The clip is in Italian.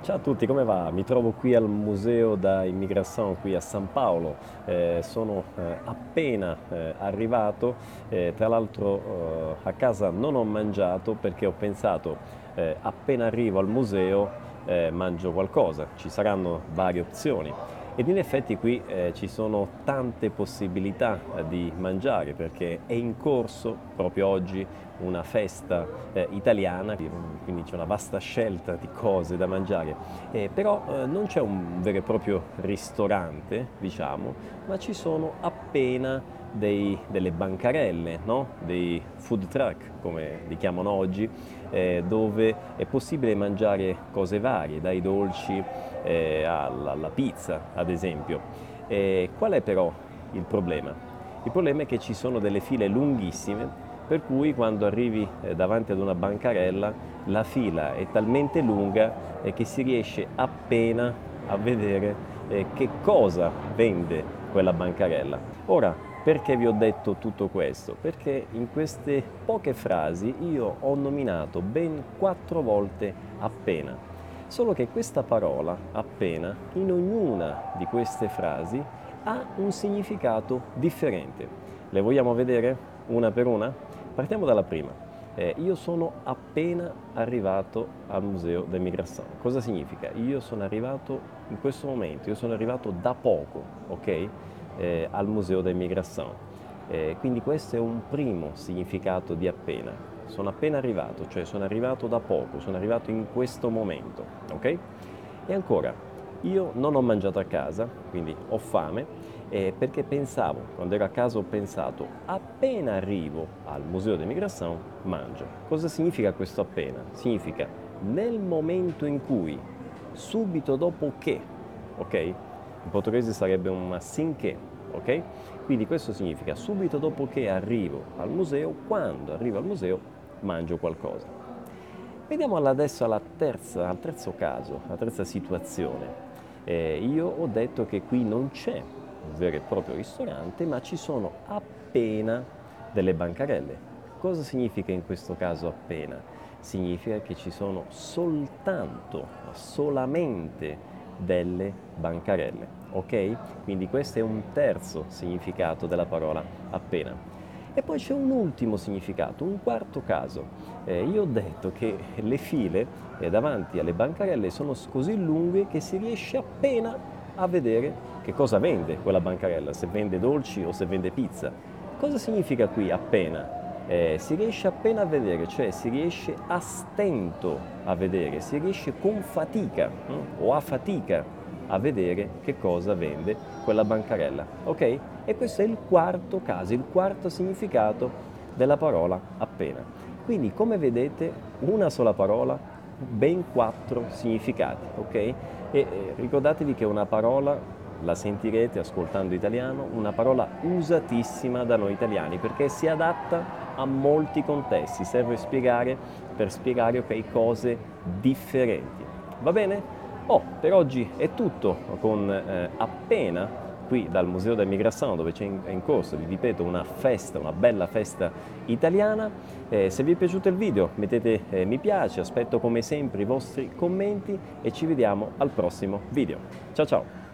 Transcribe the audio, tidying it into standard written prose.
Ciao a tutti, come va? Mi trovo qui al Museo da Immigrazione qui a San Paolo. Sono appena arrivato, tra l'altro a casa non ho mangiato perché ho pensato appena arrivo al museo mangio qualcosa, ci saranno varie opzioni. Ed in effetti qui ci sono tante possibilità di mangiare perché è in corso proprio oggi una festa italiana, quindi c'è una vasta scelta di cose da mangiare. Però non c'è un vero e proprio ristorante, diciamo, ma ci sono appena delle bancarelle, no? Dei food truck, come li chiamano oggi, dove è possibile mangiare cose varie, dai dolci alla pizza, ad esempio. Qual è però il problema? Il problema è che ci sono delle file lunghissime, per cui quando arrivi davanti ad una bancarella la fila è talmente lunga che si riesce appena a vedere che cosa vende quella bancarella. Ora, perché vi ho detto tutto questo? Perché in queste poche frasi io ho nominato ben 4 volte appena. Solo che questa parola, appena, in ognuna di queste frasi ha un significato differente. Le vogliamo vedere una per una? Partiamo dalla prima. Io sono appena arrivato al Museo dell'Immigrazione. Cosa significa? Io sono arrivato in questo momento, io sono arrivato da poco, ok? Al Museo dell'Immigrazione. Quindi questo è un primo significato di appena. Sono appena arrivato, cioè sono arrivato da poco, sono arrivato in questo momento, ok? E ancora, io non ho mangiato a casa, quindi ho fame, perché pensavo, quando ero a casa ho pensato, appena arrivo al Museo dell'Immigrazione mangio. Cosa significa questo appena? Significa nel momento in cui, subito dopo che, ok? In portoghese sarebbe un assim che, ok? Quindi questo significa subito dopo che arrivo al museo, quando arrivo al museo mangio qualcosa. Vediamo adesso al terzo caso, la terza situazione. Io ho detto che qui non c'è un vero e proprio ristorante, ma ci sono appena delle bancarelle. Cosa significa in questo caso appena? Significa che ci sono solamente delle bancarelle, ok? Quindi questo è un terzo significato della parola appena. E poi c'è un ultimo significato, un quarto caso. Io ho detto che le file davanti alle bancarelle sono così lunghe che si riesce appena a vedere che cosa vende quella bancarella, se vende dolci o se vende pizza. Cosa significa qui appena? Si riesce appena a vedere, cioè si riesce a stento a vedere, si riesce con fatica o a fatica a vedere che cosa vende quella bancarella, ok? E questo è il quarto caso, il quarto significato della parola appena. Quindi, come vedete, una sola parola, ben 4 significati, ok? Ricordatevi che una parola la sentirete ascoltando italiano, una parola usatissima da noi italiani perché si adatta a molti contesti, serve per spiegare ok, cose differenti. Va bene? Oh, per oggi è tutto con appena qui dal Museo dell'Immigrazione dove è in corso, vi ripeto, una festa, una bella festa italiana. Se vi è piaciuto il video mettete mi piace, aspetto come sempre i vostri commenti e ci vediamo al prossimo video. Ciao ciao!